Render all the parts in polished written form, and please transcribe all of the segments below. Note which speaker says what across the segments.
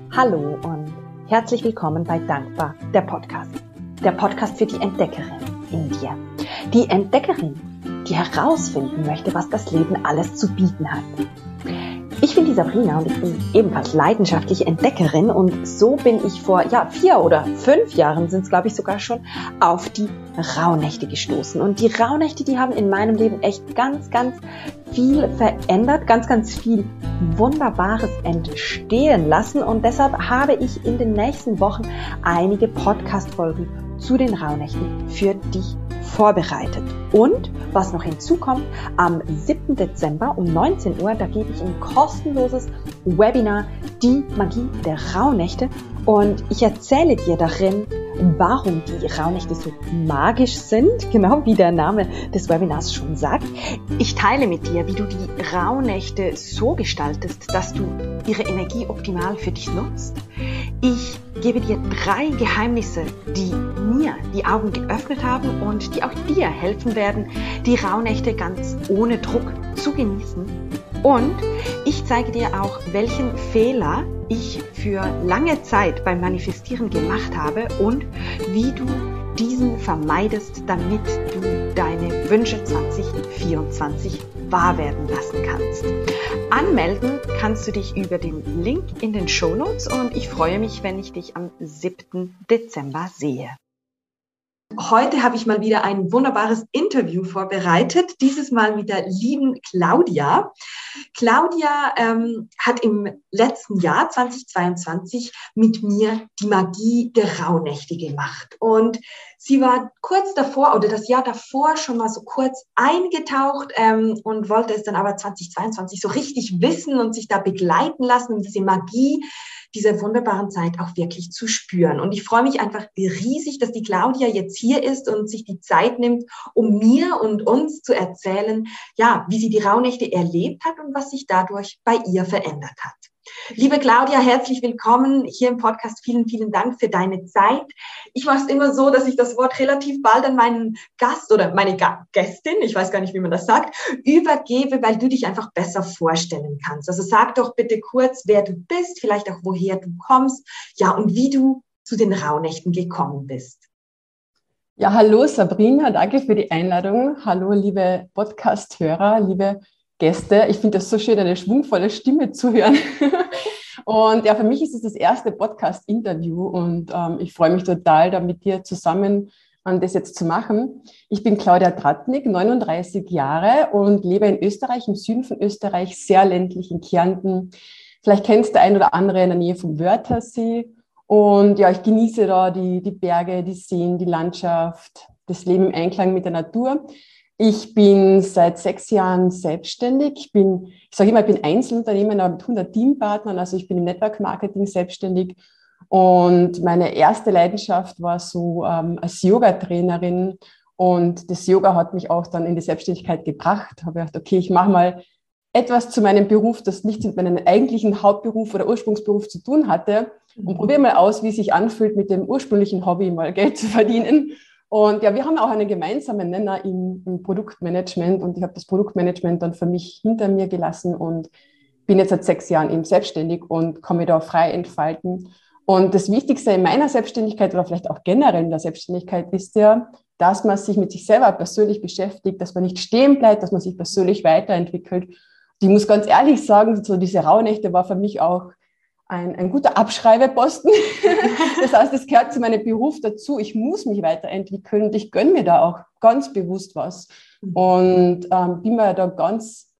Speaker 1: Hallo und herzlich willkommen bei Dankbar, der Podcast. Der Podcast für die Entdeckerin in dir. Die Entdeckerin, die herausfinden möchte, was das Leben alles zu bieten hat. Ich bin die Sabrina und ich bin ebenfalls leidenschaftliche Entdeckerin und so bin ich vor 4 oder 5 Jahren sind es glaube ich sogar schon auf die Rauhnächte gestoßen. Und die Rauhnächte, die haben in meinem Leben echt ganz viel verändert, ganz viel Wunderbares entstehen lassen und deshalb habe ich in den nächsten Wochen einige Podcast-Folgen zu den Rauhnächten für dich vorbereitet. Und was noch hinzukommt, am 7. Dezember um 19 Uhr, da gebe ich ein kostenloses Webinar, die Magie der Rauhnächte. Und ich erzähle dir darin, warum die Rauhnächte so magisch sind, genau wie der Name des Webinars schon sagt. Ich teile mit dir, wie du die Rauhnächte so gestaltest, dass du ihre Energie optimal für dich nutzt. Ich gebe dir 3 Geheimnisse, die mir die Augen geöffnet haben und die auch dir helfen werden, die Rauhnächte ganz ohne Druck zu genießen. Und ich zeige dir auch, welchen Fehler ich für lange Zeit beim Manifestieren gemacht habe und wie du diesen vermeidest, damit du deine Wünsche 2024 wahr werden lassen kannst. Anmelden kannst du dich über den Link in den Shownotes und ich freue mich, wenn ich dich am 7. Dezember sehe. Heute habe ich mal wieder ein wunderbares Interview vorbereitet, dieses Mal mit der lieben Claudia. Claudia hat im letzten Jahr 2022 mit mir die Magie der Rauhnächte gemacht und sie war kurz davor oder das Jahr davor schon mal so kurz eingetaucht und wollte es dann aber 2022 so richtig wissen und sich da begleiten lassen, um diese Magie dieser wunderbaren Zeit auch wirklich zu spüren. Und ich freue mich einfach riesig, dass die Claudia jetzt hier ist und sich die Zeit nimmt, um mir und uns zu erzählen, wie sie die Rauhnächte erlebt hat und was sich dadurch bei ihr verändert hat. Liebe Claudia, herzlich willkommen hier im Podcast. Vielen Dank für deine Zeit. Ich mache es immer so, dass ich das Wort relativ bald an meinen Gast oder meine Gästin, ich weiß gar nicht, wie man das sagt, übergebe, weil du dich einfach besser vorstellen kannst. Also sag doch bitte kurz, wer du bist, vielleicht auch woher du kommst, und wie du zu den Rauhnächten gekommen bist.
Speaker 2: Ja, hallo Sabrina, danke für die Einladung. Hallo liebe Podcast-Hörer, liebe Gäste. Ich finde das so schön, eine schwungvolle Stimme zu hören. Und ja, für mich ist es das erste Podcast-Interview und ich freue mich total, da mit dir zusammen das jetzt zu machen. Ich bin Claudia Tratnik, 39 Jahre und lebe in Österreich, im Süden von Österreich, sehr ländlich in Kärnten. Vielleicht kennst du ein oder andere in der Nähe vom Wörthersee. Und ja, ich genieße da die Berge, die Seen, die Landschaft, das Leben im Einklang mit der Natur. Ich bin seit 6 Jahren selbstständig. Ich sage immer, ich bin Einzelunternehmer mit 100 Teampartnern. Also ich bin im Network Marketing selbstständig. Und meine erste Leidenschaft war so als Yoga-Trainerin. Und das Yoga hat mich auch dann in die Selbstständigkeit gebracht. Habe gedacht, okay, ich mache mal etwas zu meinem Beruf, das nichts mit meinem eigentlichen Hauptberuf oder Ursprungsberuf zu tun hatte. Und probiere mal aus, wie es sich anfühlt, mit dem ursprünglichen Hobby mal Geld zu verdienen. Und ja, wir haben auch einen gemeinsamen Nenner im Produktmanagement und ich habe das Produktmanagement dann für mich hinter mir gelassen und bin jetzt seit 6 Jahren eben selbstständig und kann mich da frei entfalten. Und das Wichtigste in meiner Selbstständigkeit oder vielleicht auch generell in der Selbstständigkeit ist ja, dass man sich mit sich selber persönlich beschäftigt, dass man nicht stehen bleibt, dass man sich persönlich weiterentwickelt. Ich muss ganz ehrlich sagen, so diese Rauhnächte war für mich auch ein guter Abschreibeposten. Das heißt, es gehört zu meinem Beruf dazu. Ich muss mich weiterentwickeln und ich gönne mir da auch ganz bewusst was. Und bin mir da ganz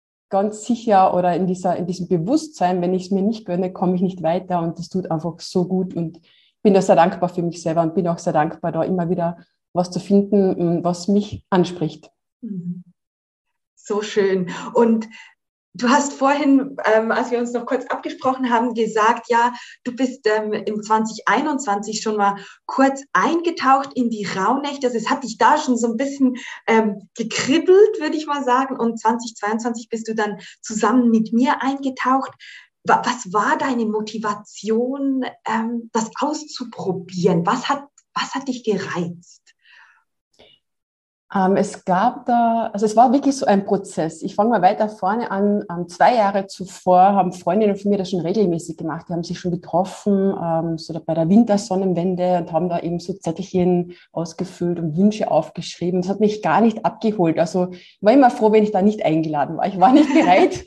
Speaker 2: sicher oder in diesem Bewusstsein, wenn ich es mir nicht gönne, komme ich nicht weiter und das tut einfach so gut. Und bin da sehr dankbar für mich selber und bin auch sehr dankbar, da immer wieder was zu finden, was mich anspricht.
Speaker 1: So schön. Und du hast vorhin, als wir uns noch kurz abgesprochen haben, gesagt, du bist im 2021 schon mal kurz eingetaucht in die Rauhnächte. Also es hat dich da schon so ein bisschen gekribbelt, würde ich mal sagen. Und 2022 bist du dann zusammen mit mir eingetaucht. Was war deine Motivation, das auszuprobieren? Was hat dich gereizt?
Speaker 2: Es gab da, also es war wirklich so ein Prozess. Ich fange mal weiter vorne an. 2 Jahre zuvor haben Freundinnen von mir das schon regelmäßig gemacht. Die haben sich schon getroffen, so bei der Wintersonnenwende und haben da eben so Zettelchen ausgefüllt und Wünsche aufgeschrieben. Das hat mich gar nicht abgeholt. Also ich war immer froh, wenn ich da nicht eingeladen war. Ich war nicht bereit.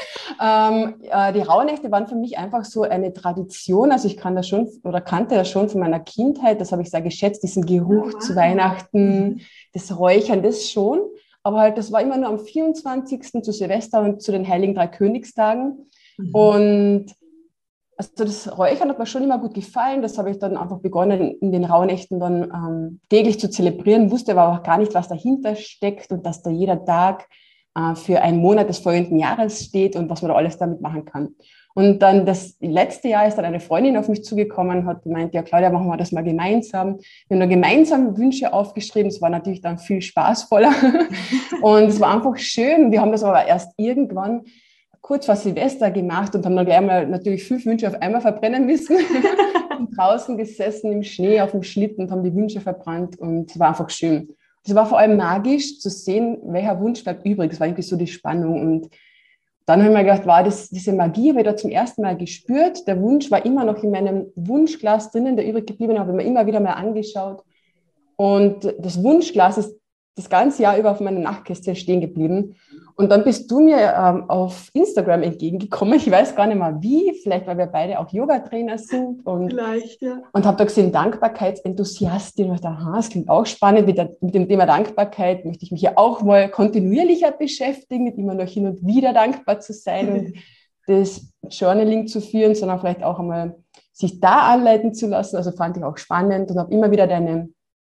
Speaker 2: Die Rauhnächte waren für mich einfach so eine Tradition. Also ich kann das schon oder kannte das schon von meiner Kindheit. Das habe ich sehr geschätzt, diesen Geruch zu Weihnachten, das Räuchern, das schon. Aber halt, das war immer nur am 24. zu Silvester und zu den Heiligen Drei Königstagen. Und also das Räuchern hat mir schon immer gut gefallen. Das habe ich dann einfach begonnen, in den Rauhnächten dann täglich zu zelebrieren. Wusste aber auch gar nicht, was dahinter steckt und dass da jeder Tag für einen Monat des folgenden Jahres steht und was man da alles damit machen kann. Und dann das letzte Jahr ist dann eine Freundin auf mich zugekommen und hat gemeint, ja Claudia, machen wir das mal gemeinsam. Wir haben da gemeinsam Wünsche aufgeschrieben. Es war natürlich dann viel spaßvoller und es war einfach schön. Wir haben das aber erst irgendwann kurz vor Silvester gemacht und haben dann gleich mal natürlich 5 Wünsche auf einmal verbrennen müssen. Und draußen gesessen im Schnee auf dem Schlitten und haben die Wünsche verbrannt und es war einfach schön. Es war vor allem magisch zu sehen, welcher Wunsch bleibt übrig. Das war irgendwie so die Spannung. Und dann habe ich mir gedacht, wow, diese Magie habe ich da zum ersten Mal gespürt. Der Wunsch war immer noch in meinem Wunschglas drinnen, der übrig geblieben habe ich mir immer wieder mal angeschaut. Und das Wunschglas ist das ganze Jahr über auf meiner Nachtkästchen stehen geblieben. Und dann bist du mir auf Instagram entgegengekommen. Ich weiß gar nicht mal wie, vielleicht weil wir beide auch Yoga-Trainer sind.
Speaker 1: Vielleicht, ja.
Speaker 2: Und habe da gesehen, Dankbarkeitsenthusiastin. Und ich dachte, aha, das klingt auch spannend. Mit dem Thema Dankbarkeit möchte ich mich ja auch mal kontinuierlicher beschäftigen, mit immer noch hin und wieder dankbar zu sein und das Journaling zu führen, sondern vielleicht auch einmal sich da anleiten zu lassen. Also fand ich auch spannend und habe immer wieder deine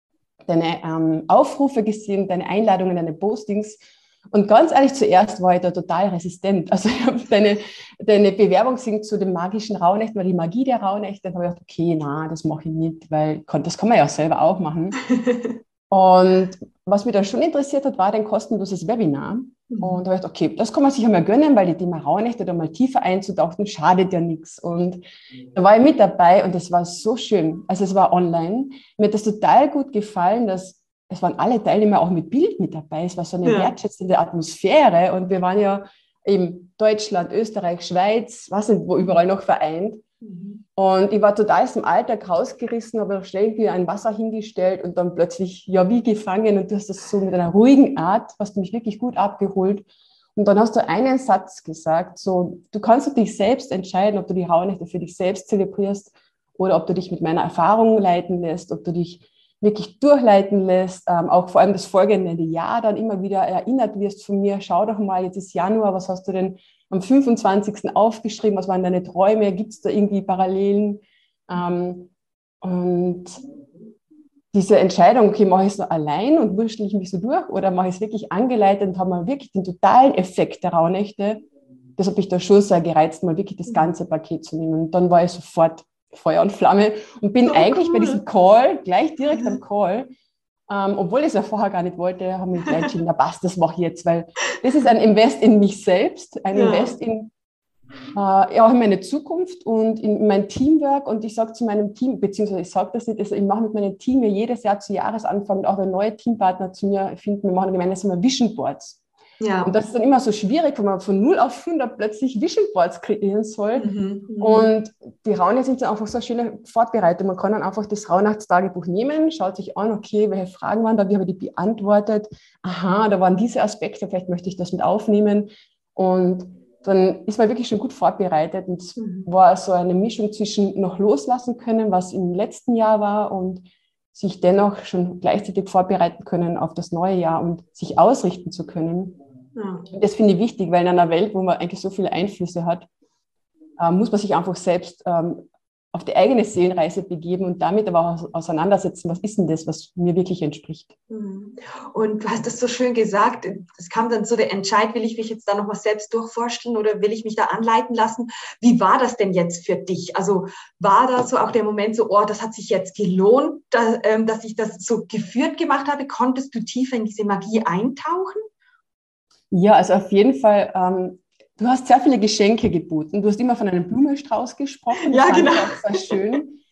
Speaker 2: Aufrufe gesehen, deine Einladungen, deine Postings. Und ganz ehrlich, zuerst war ich da total resistent. Also ich habe deine Bewerbung gesehen zu den magischen Rauhnächten, weil die Magie der Rauhnächte, dann habe ich gedacht, okay, na, das mache ich nicht, weil das kann man ja selber auch machen. Und was mich dann schon interessiert hat, war dein kostenloses Webinar. Und da habe ich gedacht, okay, das kann man sich ja mal gönnen, weil die Thema Rauhnächte da mal tiefer einzutauchen, schadet ja nichts. Und da war ich mit dabei und es war so schön. Also es war online. Mir hat das total gut gefallen, dass es waren alle Teilnehmer auch mit Bild mit dabei. Es war so eine wertschätzende Atmosphäre und wir waren ja eben Deutschland, Österreich, Schweiz, was nicht, wo überall noch vereint. Und ich war total aus dem Alltag rausgerissen, habe schnell irgendwie ein Wasser hingestellt und dann plötzlich, ja, wie gefangen. Und du hast das so mit einer ruhigen Art, hast du mich wirklich gut abgeholt. Und dann hast du einen Satz gesagt, so, du kannst für dich selbst entscheiden, ob du die Rauhnächte für dich selbst zelebrierst oder ob du dich mit meiner Erfahrung leiten lässt, ob du dich wirklich durchleiten lässt, auch vor allem das folgende Jahr dann immer wieder erinnert wirst von mir. Schau doch mal, jetzt ist Januar, was hast du denn am 25. aufgeschrieben, was waren deine Träume, gibt es da irgendwie Parallelen? Und diese Entscheidung, okay, mache ich es nur allein und wurschtel ich mich so durch oder mache ich es wirklich angeleitet und habe mal wirklich den totalen Effekt der Rauhnächte. Das hat mich da schon sehr gereizt, mal wirklich das ganze Paket zu nehmen. Und dann war ich sofort Feuer und Flamme und bin eigentlich bei diesem Call, gleich direkt am Call, obwohl ich es ja vorher gar nicht wollte, habe mich gleich entschieden, na passt, das mache ich jetzt, weil das ist ein Invest in mich selbst, ein Invest in, auch in meine Zukunft und in mein Teamwork und ich sage zu meinem Team, beziehungsweise ich sage das nicht, also ich mache mit meinem Team ja jedes Jahr zu Jahresanfang auch wenn neue Teampartner zu mir finden, wir machen gemeinsam Vision Boards. Ja. Und das ist dann immer so schwierig, wenn man von 0 auf 100 plötzlich Vision Boards kreieren soll. Und die Rauhnächte sind dann einfach so eine schöne Vorbereitung. Man kann dann einfach das Rauhnachtstagebuch nehmen, schaut sich an, okay, welche Fragen waren da, wie habe ich die beantwortet? Aha, da waren diese Aspekte, vielleicht möchte ich das mit aufnehmen. Und dann ist man wirklich schon gut vorbereitet. Und es war so eine Mischung zwischen noch loslassen können, was im letzten Jahr war und sich dennoch schon gleichzeitig vorbereiten können auf das neue Jahr und sich ausrichten zu können. Ja. Das finde ich wichtig, weil in einer Welt, wo man eigentlich so viele Einflüsse hat, muss man sich einfach selbst auf die eigene Seelenreise begeben und damit aber auch auseinandersetzen, was ist denn das, was mir wirklich entspricht.
Speaker 1: Und du hast das so schön gesagt, es kam dann so der Entscheid, will ich mich jetzt da nochmal selbst durchforschen oder will ich mich da anleiten lassen? Wie war das denn jetzt für dich? Also war da so auch der Moment so, oh, das hat sich jetzt gelohnt, dass ich das so geführt gemacht habe? Konntest du tiefer in diese Magie eintauchen?
Speaker 2: Ja, also auf jeden Fall. Du hast sehr viele Geschenke geboten. Du hast immer von einem Blumenstrauß gesprochen. Das
Speaker 1: ja, genau.
Speaker 2: Fand ich auch sehr schön.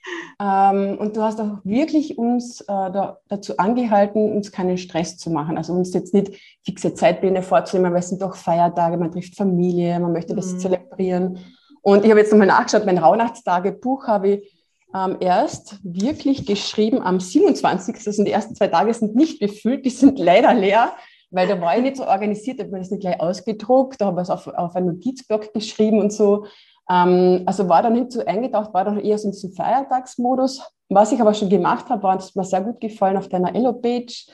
Speaker 2: Und du hast auch wirklich uns dazu angehalten, uns keinen Stress zu machen. Also uns jetzt nicht fixe Zeitpläne vorzunehmen, weil es sind doch Feiertage, man trifft Familie, man möchte das zelebrieren. Und ich habe jetzt nochmal nachgeschaut, mein Rauhnachtstagebuch habe ich erst wirklich geschrieben am 27. Also die ersten 2 Tage sind nicht befüllt, die sind leider leer, weil da war ich nicht so organisiert, da habe ich das nicht gleich ausgedruckt, da habe ich es auf einen Notizblock geschrieben und so. Also war da nicht so eingetaucht, war da eher so in diesem Feiertagsmodus. Was ich aber schon gemacht habe, war, das hat mir sehr gut gefallen auf deiner Elo-Page.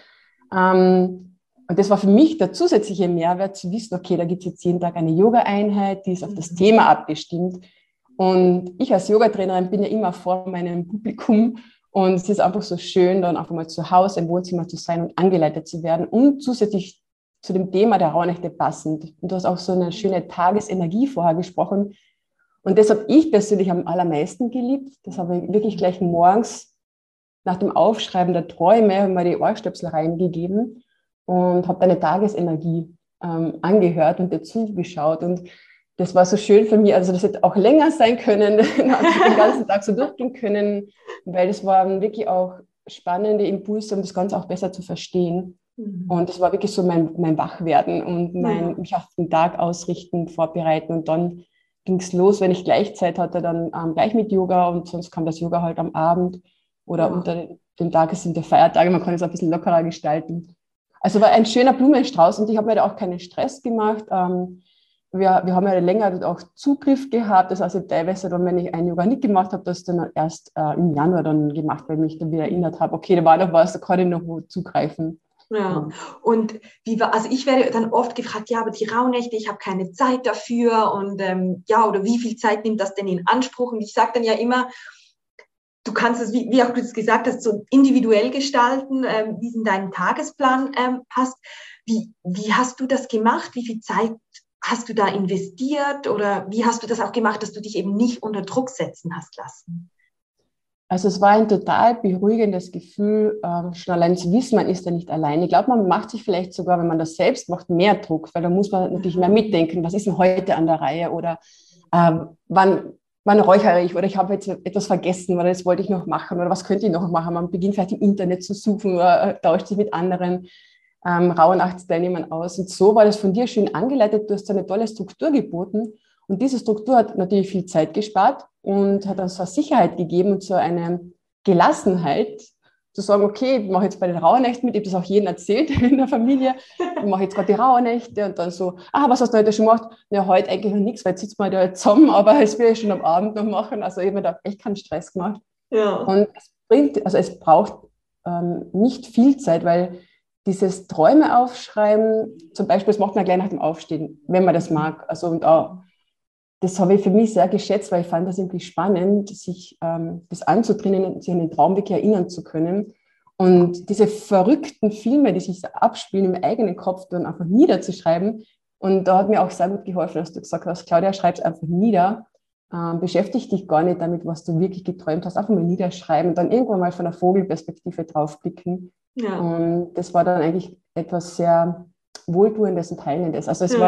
Speaker 2: Und das war für mich der zusätzliche Mehrwert, zu wissen, okay, da gibt es jetzt jeden Tag eine Yoga-Einheit, die ist auf das Thema abgestimmt. Und ich als Yogatrainerin bin ja immer vor meinem Publikum und es ist einfach so schön, dann einfach mal zu Hause im Wohnzimmer zu sein und angeleitet zu werden und zusätzlich zu dem Thema der Rauhnächte passend. Und du hast auch so eine schöne Tagesenergie vorher gesprochen. Und das habe ich persönlich am allermeisten geliebt. Das habe ich wirklich gleich morgens nach dem Aufschreiben der Träume mal die Ohrstöpsel reingegeben und habe deine Tagesenergie angehört und dazu geschaut. Und das war so schön für mich. Also das hätte auch länger sein können, habe ich den ganzen Tag so durchgehen können, weil das waren wirklich auch spannende Impulse, um das Ganze auch besser zu verstehen. Und das war wirklich so mein Wachwerden und mich auf den Tag ausrichten, vorbereiten. Und dann ging es los, wenn ich gleich Zeit hatte, dann gleich mit Yoga und sonst kam das Yoga halt am Abend oder unter den Tagen sind der Feiertage, man kann es ein bisschen lockerer gestalten. Also war ein schöner Blumenstrauß und ich habe mir da auch keinen Stress gemacht. Wir haben ja länger auch Zugriff gehabt, das heißt teilweise dann, wenn ich ein Yoga nicht gemacht habe, das dann erst im Januar dann gemacht, weil ich mich dann wieder erinnert habe, okay, da war noch was, da kann ich noch wo zugreifen.
Speaker 1: Ja, und also ich werde dann oft gefragt, ja, aber die Rauhnächte, ich habe keine Zeit dafür und ja, oder wie viel Zeit nimmt das denn in Anspruch? Und ich sage dann ja immer, du kannst es, wie auch du es gesagt hast, so individuell gestalten, wie es in deinen Tagesplan passt. Wie hast du das gemacht? Wie viel Zeit hast du da investiert oder wie hast du das auch gemacht, dass du dich eben nicht unter Druck setzen hast lassen?
Speaker 2: Also es war ein total beruhigendes Gefühl, schon allein zu wissen, man ist da nicht allein. Ich glaube, man macht sich vielleicht sogar, wenn man das selbst macht, mehr Druck, weil da muss man natürlich mehr mitdenken, was ist denn heute an der Reihe oder wann räuchere ich oder ich habe jetzt etwas vergessen oder das wollte ich noch machen oder was könnte ich noch machen. Man beginnt vielleicht im Internet zu suchen oder tauscht sich mit anderen Rauhnachtsteilnehmern aus. Und so war das von dir schön angeleitet, du hast eine tolle Struktur geboten. Und diese Struktur hat natürlich viel Zeit gespart und hat dann so eine Sicherheit gegeben und so eine Gelassenheit, zu sagen, okay, ich mache jetzt bei den Rauhnächten mit, ich habe das auch jedem erzählt in der Familie, ich mache jetzt gerade die Rauhnächte und dann so, was hast du heute schon gemacht? Ja, heute eigentlich noch nichts, weil jetzt sitzen wir da zusammen, aber das will ich schon am Abend noch machen. Also ich habe mir da echt keinen Stress gemacht. Ja. Und es braucht nicht viel Zeit, weil dieses Träume aufschreiben, zum Beispiel, das macht man gleich nach dem Aufstehen, wenn man das mag. Also und auch das habe ich für mich sehr geschätzt, weil ich fand das irgendwie spannend, sich das anzutrainieren und sich an den Traum wirklich erinnern zu können. Und diese verrückten Filme, die sich so abspielen im eigenen Kopf, dann einfach niederzuschreiben. Und da hat mir auch sehr gut geholfen, dass du gesagt hast, Claudia, schreib es einfach nieder. Beschäftige dich gar nicht damit, was du wirklich geträumt hast. Einfach mal niederschreiben und dann irgendwann mal von der Vogelperspektive draufblicken. Ja. Und das war dann eigentlich etwas sehr Wohltuendes und Heilendes. Also es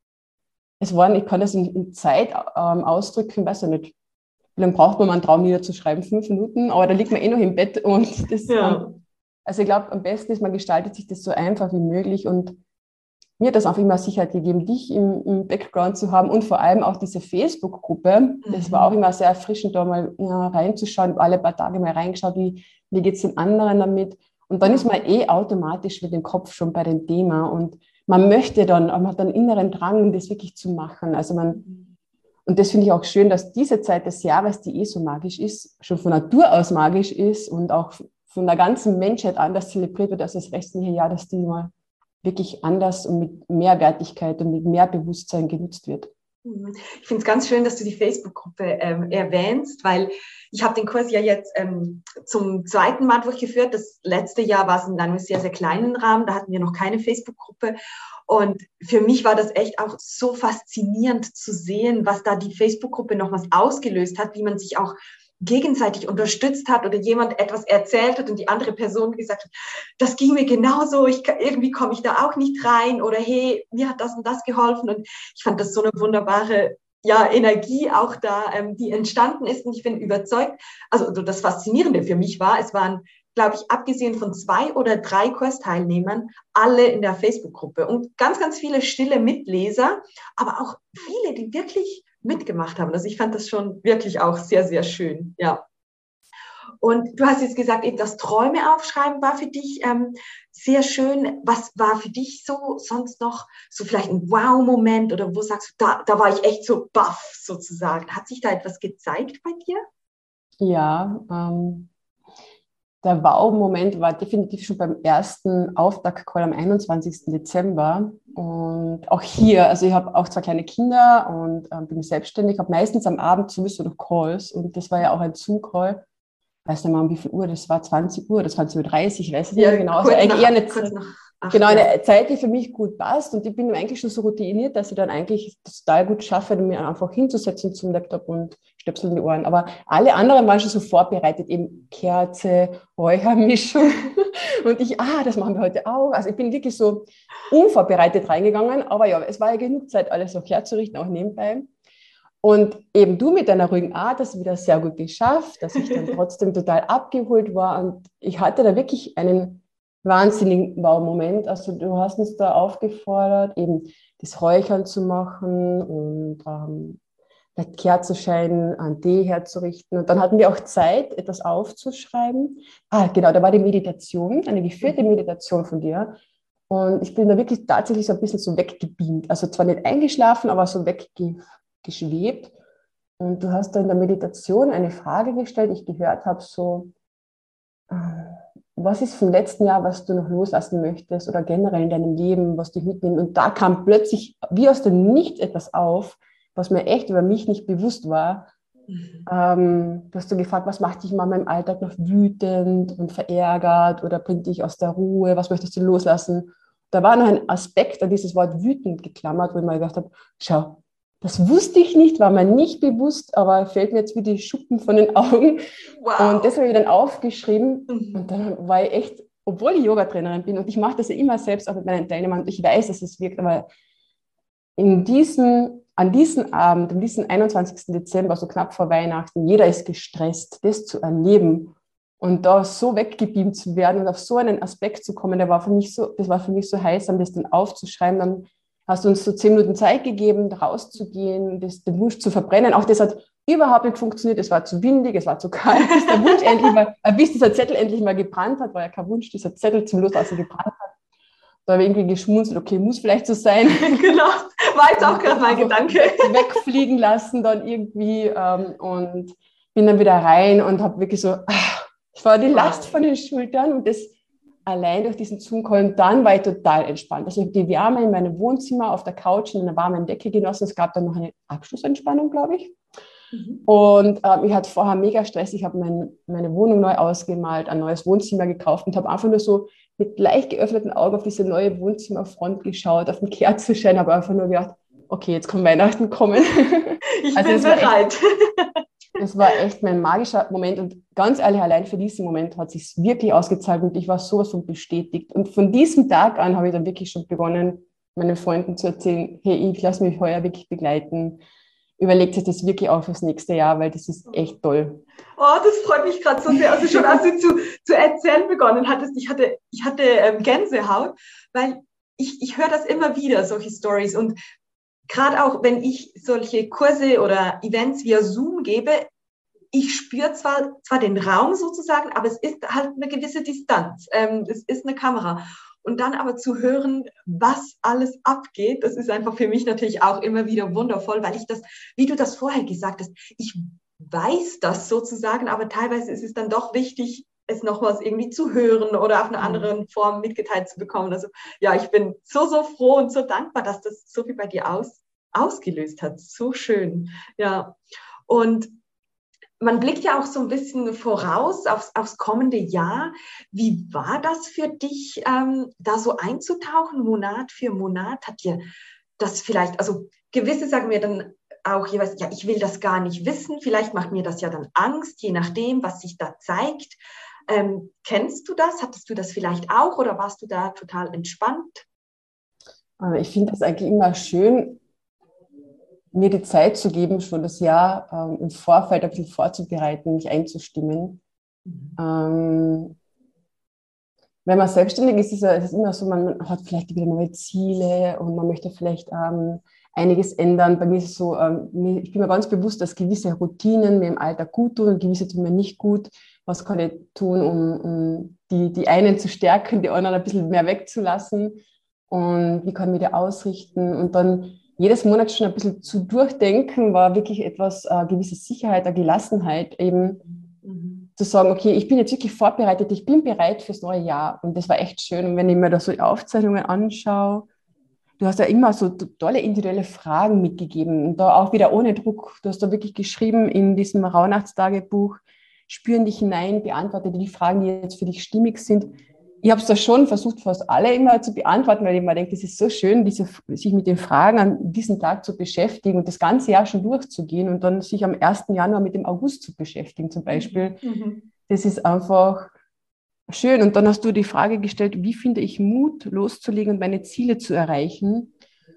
Speaker 2: waren, ich kann das in Zeit ausdrücken, weiß ich nicht, wie lange braucht man einen Traum niederzuschreiben? 5 Minuten, aber da liegt man noch im Bett und das, also ich glaube, am besten ist, man gestaltet sich das so einfach wie möglich und mir hat das auch immer Sicherheit gegeben, dich im Background zu haben und vor allem auch diese Facebook-Gruppe. Das war auch immer sehr erfrischend, da mal reinzuschauen, alle paar Tage mal reingeschaut, wie geht es den anderen damit und dann ist man automatisch mit dem Kopf schon bei dem Thema und man möchte dann, man hat einen inneren Drang, das wirklich zu machen. Also und das finde ich auch schön, dass diese Zeit des Jahres, die so magisch ist, schon von Natur aus magisch ist und auch von der ganzen Menschheit anders zelebriert wird als das restliche Jahr, dass die mal wirklich anders und mit mehr Wertigkeit und mit mehr Bewusstsein genutzt wird.
Speaker 1: Ich finde es ganz schön, dass du die Facebook-Gruppe erwähnst, weil ich habe den Kurs ja jetzt zum 2. Mal durchgeführt. Das letzte Jahr war es in einem sehr, sehr kleinen Rahmen. Da hatten wir noch keine Facebook-Gruppe. Und für mich war das echt auch so faszinierend zu sehen, was da die Facebook-Gruppe noch was ausgelöst hat, wie man sich auch gegenseitig unterstützt hat oder jemand etwas erzählt hat und die andere Person gesagt hat, das ging mir genauso, irgendwie komme ich da auch nicht rein oder hey, mir hat das und das geholfen und ich fand das so eine wunderbare ja, Energie auch da, die entstanden ist. Und ich bin überzeugt, also das Faszinierende für mich war, es waren, glaube ich, abgesehen von 2 oder 3 Kursteilnehmern, alle in der Facebook-Gruppe und ganz, ganz viele stille Mitleser, aber auch viele, die wirklich mitgemacht haben. Also ich fand das schon wirklich auch sehr, sehr schön, ja. Und du hast jetzt gesagt, eben das Träume aufschreiben war für dich sehr schön. Was war für dich so sonst noch so vielleicht ein Wow-Moment oder wo sagst du, da war ich echt so baff sozusagen. Hat sich da etwas gezeigt bei dir?
Speaker 2: Ja, der Wow-Moment war definitiv schon beim ersten Auftakt-Call am 21. Dezember. Und auch hier, also ich habe auch 2 kleine Kinder und bin selbstständig, habe meistens am Abend sowieso noch Calls und das war ja auch ein Zoom-Call. Ich weiß nicht mal, um wie viel Uhr, das war 20 Uhr oder 20:30 Uhr, ich weiß es nicht mehr genau. Also eigentlich eher eine Zeit, die für mich gut passt und ich bin eigentlich schon so routiniert, dass ich dann eigentlich das total gut schaffe, mir einfach hinzusetzen zum Laptop und Stöpsel in die Ohren. Aber alle anderen waren schon so vorbereitet, eben Kerze, Räuchermischung und das machen wir heute auch. Also ich bin wirklich so unvorbereitet reingegangen, aber ja, es war ja genug Zeit, alles noch herzurichten, auch nebenbei. Und eben du mit deiner ruhigen Art hast wieder sehr gut geschafft, dass ich dann trotzdem total abgeholt war. Und ich hatte da wirklich einen wahnsinnigen Wow-Moment. Also du hast uns da aufgefordert, eben das Räuchern zu machen und vielleicht Kerzenschein an Tee herzurichten. Und dann hatten wir auch Zeit, etwas aufzuschreiben. Genau, da war die Meditation, eine geführte Meditation von dir. Und ich bin da wirklich tatsächlich so ein bisschen so weggebeamt. Also zwar nicht eingeschlafen, aber so weggeschwebt. Und du hast da in der Meditation eine Frage gestellt, die ich gehört habe, so, was ist vom letzten Jahr, was du noch loslassen möchtest oder generell in deinem Leben, was dich mitnimmt? Und da kam plötzlich wie aus dem Nichts etwas auf, was mir echt über mich nicht bewusst war. Du hast du gefragt, was macht dich in meinem Alltag noch wütend und verärgert oder bringt dich aus der Ruhe, was möchtest du loslassen? Da war noch ein Aspekt an dieses Wort wütend geklammert, wo ich mir gedacht habe, schau, das wusste ich nicht, war mir nicht bewusst, aber fällt mir jetzt wie die Schuppen von den Augen. Wow. Und das habe ich dann aufgeschrieben und dann war ich echt, obwohl ich Yoga-Trainerin bin und ich mache das ja immer selbst auch mit meinen Teilnehmern und ich weiß, dass es wirkt, aber an diesem Abend, an diesem 21. Dezember, so knapp vor Weihnachten, jeder ist gestresst, das zu erleben und da so weggebeamt zu werden und auf so einen Aspekt zu kommen, das war für mich so heilsam, das dann aufzuschreiben. Dann hast du uns so 10 Minuten Zeit gegeben, rauszugehen, den Wunsch zu verbrennen. Auch das hat überhaupt nicht funktioniert. Es war zu windig, es war zu kalt, bis dieser Zettel endlich mal gebrannt hat, war ja kein Wunsch, dieser Zettel zum Loslassen gebrannt hat. Da habe ich irgendwie geschmunzelt, okay, muss vielleicht so sein.
Speaker 1: Genau, war jetzt auch gerade mein Gedanke.
Speaker 2: Wegfliegen lassen dann irgendwie und bin dann wieder rein und habe wirklich so, ich war die Last von den Schultern und das allein durch diesen Zoom-Call. Dann war ich total entspannt. Also ich habe die Wärme in meinem Wohnzimmer auf der Couch in einer warmen Decke genossen. Es gab dann noch eine Abschlussentspannung, glaube ich. Und ich hatte vorher mega Stress. Ich habe meine Wohnung neu ausgemalt, ein neues Wohnzimmer gekauft und habe einfach nur so mit leicht geöffneten Augen auf diese neue Wohnzimmerfront geschaut, auf den Kerzenschein, habe einfach nur gedacht, okay, jetzt kann Weihnachten kommen.
Speaker 1: Ich bin bereit.
Speaker 2: Das war echt mein magischer Moment und ganz ehrlich, allein für diesen Moment hat es sich wirklich ausgezahlt und ich war sowas von bestätigt. Und von diesem Tag an habe ich dann wirklich schon begonnen, meinen Freunden zu erzählen, hey, ich lasse mich heuer wirklich begleiten. Überlegt sich das wirklich auch fürs nächste Jahr, weil das ist echt toll.
Speaker 1: Oh, das freut mich gerade so sehr. Also schon als du zu erzählen begonnen hattest, ich hatte Gänsehaut, weil ich höre das immer wieder, solche Stories. Und gerade auch, wenn ich solche Kurse oder Events via Zoom gebe, ich spüre zwar den Raum sozusagen, aber es ist halt eine gewisse Distanz. Es ist eine Kamera. Und dann aber zu hören, was alles abgeht, das ist einfach für mich natürlich auch immer wieder wundervoll, weil ich das, wie du das vorher gesagt hast, ich weiß das sozusagen, aber teilweise ist es dann doch wichtig, es nochmals irgendwie zu hören oder auf eine andere Form mitgeteilt zu bekommen. Also ja, ich bin so froh und so dankbar, dass das so viel bei dir ausgelöst hat. So schön. Ja. Und man blickt ja auch so ein bisschen voraus aufs kommende Jahr. Wie war das für dich, da so einzutauchen, Monat für Monat? Hat dir das vielleicht, also gewisse sagen mir dann auch jeweils, ja, ich will das gar nicht wissen. Vielleicht macht mir das ja dann Angst, je nachdem, was sich da zeigt. Kennst du das? Hattest du das vielleicht auch oder warst du da total entspannt?
Speaker 2: Ich finde das eigentlich immer schön, mir die Zeit zu geben, schon das Jahr im Vorfeld ein bisschen vorzubereiten, mich einzustimmen. Wenn man selbstständig ist, ist es immer so, man hat vielleicht wieder neue Ziele und man möchte vielleicht einiges ändern. Bei mir ist es so, ich bin mir ganz bewusst, dass gewisse Routinen mir im Alltag gut tun und gewisse tun mir nicht gut. Was kann ich tun, um die einen zu stärken, die anderen ein bisschen mehr wegzulassen? Und wie kann ich mich da ausrichten? Und dann jedes Monat schon ein bisschen zu durchdenken, war wirklich etwas, gewisse Sicherheit, eine Gelassenheit eben zu sagen, okay, ich bin jetzt wirklich vorbereitet, ich bin bereit fürs neue Jahr. Und das war echt schön. Und wenn ich mir da so die Aufzeichnungen anschaue, du hast ja immer so tolle individuelle Fragen mitgegeben und da auch wieder ohne Druck. Du hast da wirklich geschrieben in diesem Rauhnachtstagebuch, spüren dich hinein, beantworte die Fragen, die jetzt für dich stimmig sind. Ich habe es da schon versucht, fast alle immer zu beantworten, weil ich mir denke, das ist so schön, sich mit den Fragen an diesem Tag zu beschäftigen und das ganze Jahr schon durchzugehen und dann sich am 1. Januar mit dem August zu beschäftigen zum Beispiel. Das ist einfach schön. Und dann hast du die Frage gestellt, wie finde ich Mut, loszulegen und meine Ziele zu erreichen?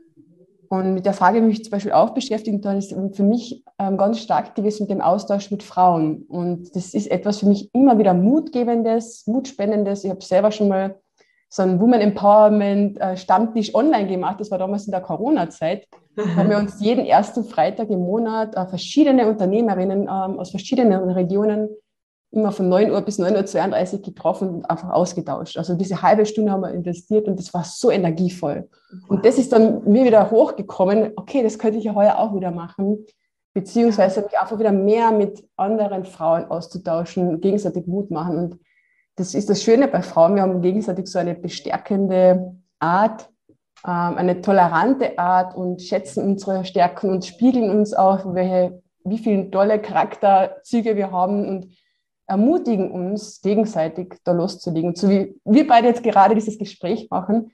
Speaker 2: Und mit der Frage habe ich mich zum Beispiel auch beschäftigt. Da ist für mich ganz stark gewesen mit dem Austausch mit Frauen. Und das ist etwas für mich immer wieder Mutgebendes, Mutspendendes. Ich habe selber schon mal so einen Women Empowerment Stammtisch online gemacht. Das war damals in der Corona-Zeit. Da haben wir uns jeden ersten Freitag im Monat verschiedene Unternehmerinnen aus verschiedenen Regionen immer von 9 Uhr bis 9:32 Uhr getroffen und einfach ausgetauscht. Also diese halbe Stunde haben wir investiert und das war so energievoll. Und das ist dann mir wieder hochgekommen, okay, das könnte ich ja heuer auch wieder machen, beziehungsweise mich einfach wieder mehr mit anderen Frauen auszutauschen, gegenseitig Mut machen. Und das ist das Schöne bei Frauen, wir haben gegenseitig so eine bestärkende Art, eine tolerante Art und schätzen unsere Stärken und spiegeln uns auch, wie viele tolle Charakterzüge wir haben und ermutigen uns gegenseitig da loszulegen. Und so wie wir beide jetzt gerade dieses Gespräch machen,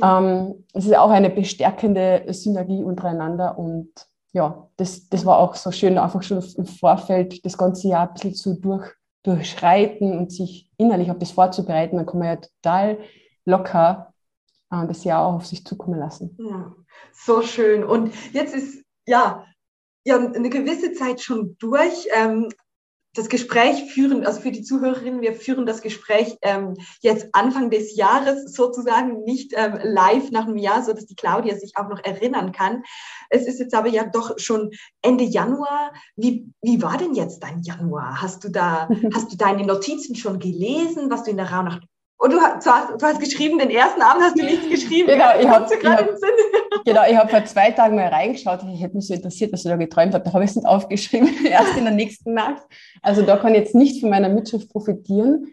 Speaker 2: es ist auch eine bestärkende Synergie untereinander. Und ja, das war auch so schön, einfach schon im Vorfeld das ganze Jahr ein bisschen zu durchschreiten und sich innerlich auf das vorzubereiten. Dann kann man ja total locker das Jahr auch auf sich zukommen lassen.
Speaker 3: Ja, so schön. Und jetzt ist ja eine gewisse Zeit schon durch. Das Gespräch führen, also für die Zuhörerinnen, wir führen das Gespräch jetzt Anfang des Jahres sozusagen, nicht live nach einem Jahr, sodass die Claudia sich auch noch erinnern kann. Es ist jetzt aber ja doch schon Ende Januar. Wie war denn jetzt dein Januar? Hast du deine Notizen schon gelesen, was du in der Rauhnacht... Und du hast geschrieben, den ersten Abend hast du nichts geschrieben.
Speaker 2: Genau, ich habe vor 2 Tagen mal reingeschaut. Ich hätte mich so interessiert, was du da geträumt hast. Da habe ich es nicht aufgeschrieben, erst in der nächsten Nacht. Also da kann ich jetzt nicht von meiner Mitschrift profitieren.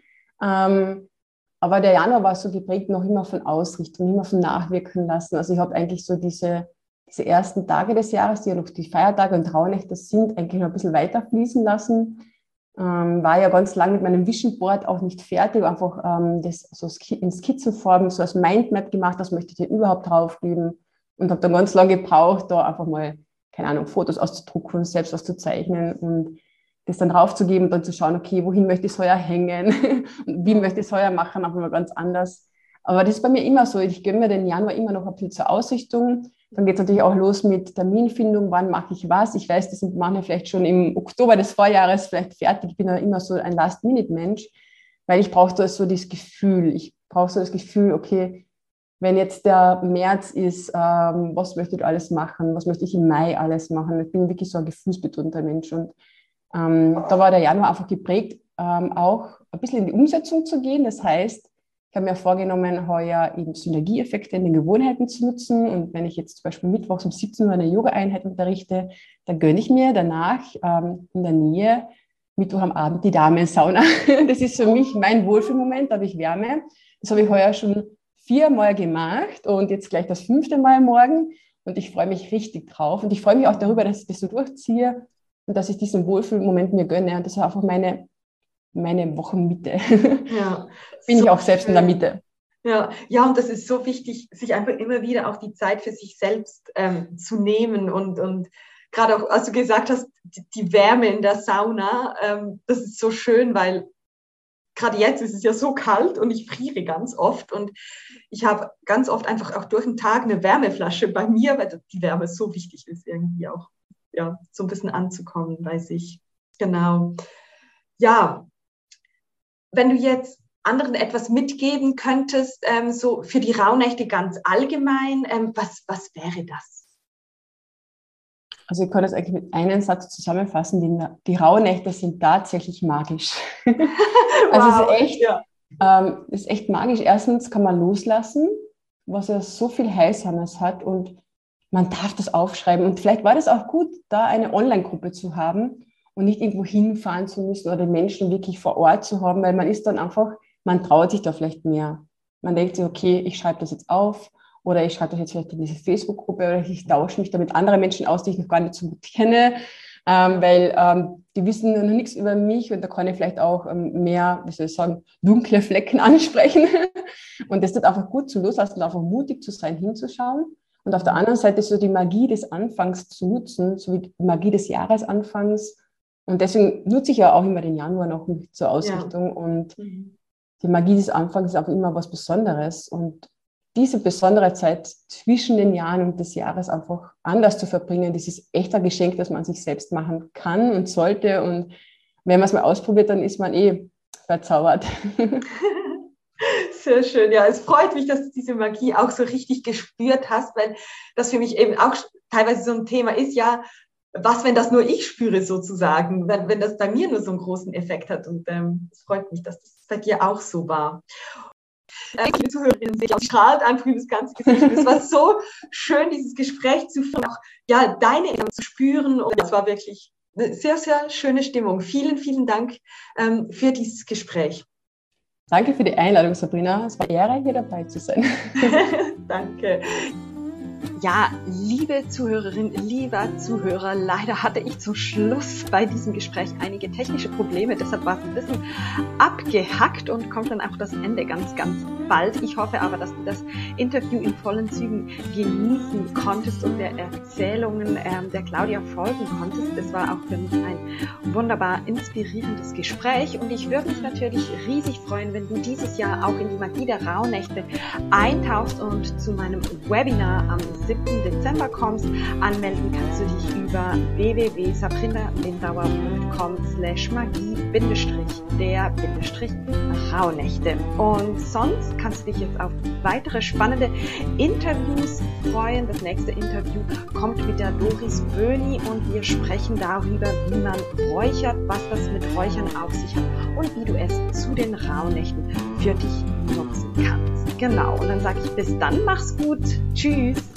Speaker 2: Aber der Januar war so geprägt noch immer von Ausrichtung, immer von Nachwirken lassen. Also ich habe eigentlich so diese ersten Tage des Jahres, die ja noch die Feiertage und Rauhnächte sind, eigentlich noch ein bisschen weiter fließen lassen. War ja ganz lange mit meinem Vision Board auch nicht fertig, einfach das so in Skizzenform, so als Mindmap gemacht, was möchte ich denn überhaupt draufgeben und habe dann ganz lange gebraucht, da einfach mal, keine Ahnung, Fotos auszudrucken, selbst was zu zeichnen und das dann draufzugeben und dann zu schauen, okay, wohin möchte ich es heuer hängen und wie möchte ich es heuer machen, einfach mal ganz anders. Aber das ist bei mir immer so, ich gönne mir den Januar immer noch ein bisschen zur Ausrichtung. Dann geht es natürlich auch los mit Terminfindung, wann mache ich was. Ich weiß, das sind manche vielleicht schon im Oktober des Vorjahres vielleicht fertig. Ich bin ja immer so ein Last-Minute-Mensch, weil ich brauche da so das Gefühl. Ich brauche so das Gefühl, okay, wenn jetzt der März ist, was möchte ich alles machen? Was möchte ich im Mai alles machen? Ich bin wirklich so ein gefühlsbetonter Mensch. Und da war der Januar einfach geprägt, auch ein bisschen in die Umsetzung zu gehen. Das heißt, ich habe mir vorgenommen, heuer eben Synergieeffekte in den Gewohnheiten zu nutzen. Und wenn ich jetzt zum Beispiel mittwochs um 17 Uhr eine Yoga-Einheit unterrichte, dann gönne ich mir danach in der Nähe Mittwoch am Abend die Damensauna. Das ist für mich mein Wohlfühlmoment, da habe ich Wärme. Das habe ich heuer schon 4 Mal gemacht und jetzt gleich das 5. Mal morgen. Und ich freue mich richtig drauf. Und ich freue mich auch darüber, dass ich das so durchziehe und dass ich diesen Wohlfühlmoment mir gönne. Und das ist einfach meine Wochenmitte. Ja, bin ich auch selbst in der Mitte.
Speaker 3: Ja, und das ist so wichtig, sich einfach immer wieder auch die Zeit für sich selbst zu nehmen und gerade auch, als du gesagt hast, die Wärme in der Sauna, das ist so schön, weil gerade jetzt ist es ja so kalt und ich friere ganz oft und ich habe ganz oft einfach auch durch den Tag eine Wärmeflasche bei mir, weil die Wärme so wichtig ist irgendwie auch. ja, so ein bisschen anzukommen bei sich. Genau. Ja, wenn du jetzt anderen etwas mitgeben könntest, so für die Rauhnächte ganz allgemein, was wäre das?
Speaker 2: Also ich kann das eigentlich mit einem Satz zusammenfassen, die Rauhnächte sind tatsächlich magisch. Also
Speaker 3: Wow,
Speaker 2: es ist echt magisch. Erstens kann man loslassen, was ja so viel Heilsames hat und man darf das aufschreiben. Und vielleicht war das auch gut, da eine Online-Gruppe zu haben und nicht irgendwo hinfahren zu müssen oder Menschen wirklich vor Ort zu haben, weil man ist dann einfach, man traut sich da vielleicht mehr. Man denkt sich, okay, ich schreibe das jetzt auf oder ich schreibe das jetzt vielleicht in diese Facebook-Gruppe oder ich tausche mich da mit anderen Menschen aus, die ich noch gar nicht so gut kenne, weil die wissen noch nichts über mich und da kann ich vielleicht auch mehr, wie soll ich sagen, dunkle Flecken ansprechen. Und das ist einfach gut zu loslassen, einfach mutig zu sein, hinzuschauen. Und auf der anderen Seite so die Magie des Anfangs zu nutzen, so wie die Magie des Jahresanfangs. Und deswegen nutze ich ja auch immer den Januar noch zur Ausrichtung. Ja. Und die Magie des Anfangs ist auch immer was Besonderes. Und diese besondere Zeit zwischen den Jahren und des Jahres einfach anders zu verbringen, das ist echt ein Geschenk, das man sich selbst machen kann und sollte. Und wenn man es mal ausprobiert, dann ist man verzaubert.
Speaker 3: Sehr schön. Ja, es freut mich, dass du diese Magie auch so richtig gespürt hast, weil das für mich eben auch teilweise so ein Thema ist, ja, was, wenn das nur ich spüre sozusagen, wenn das bei mir nur so einen großen Effekt hat. Und es freut mich, dass das bei dir auch so war. Liebe Zuhörerinnen, sehe ich strahlt einfach über das ganze Gesicht. Es war so schön, dieses Gespräch zu führen, auch ja, deine Energie zu spüren. Und es war wirklich eine sehr, sehr schöne Stimmung. Vielen, vielen Dank für dieses Gespräch.
Speaker 2: Danke für die Einladung, Sabrina. Es war eine Ehre, hier dabei zu sein.
Speaker 3: Danke.
Speaker 1: Ja, liebe Zuhörerin, lieber Zuhörer, leider hatte ich zum Schluss bei diesem Gespräch einige technische Probleme, deshalb war es ein bisschen abgehackt und kommt dann auch das Ende ganz, ganz bald. Ich hoffe aber, dass du das Interview in vollen Zügen genießen konntest und der Erzählungen der Claudia folgen konntest. Das war auch für mich ein wunderbar inspirierendes Gespräch und ich würde mich natürlich riesig freuen, wenn du dieses Jahr auch in die Magie der Rauhnächte eintauchst und zu meinem Webinar am 7. Dezember kommst. Anmelden kannst du dich über www.sabrinalindauer.com/magie-der-Rauhnächte. Und sonst kannst du dich jetzt auf weitere spannende Interviews freuen. Das nächste Interview kommt mit der Doris Böhni und wir sprechen darüber, wie man räuchert, was das mit Räuchern auf sich hat und wie du es zu den Rauhnächten für dich nutzen kannst. Genau, und dann sage ich bis dann, mach's gut, tschüss.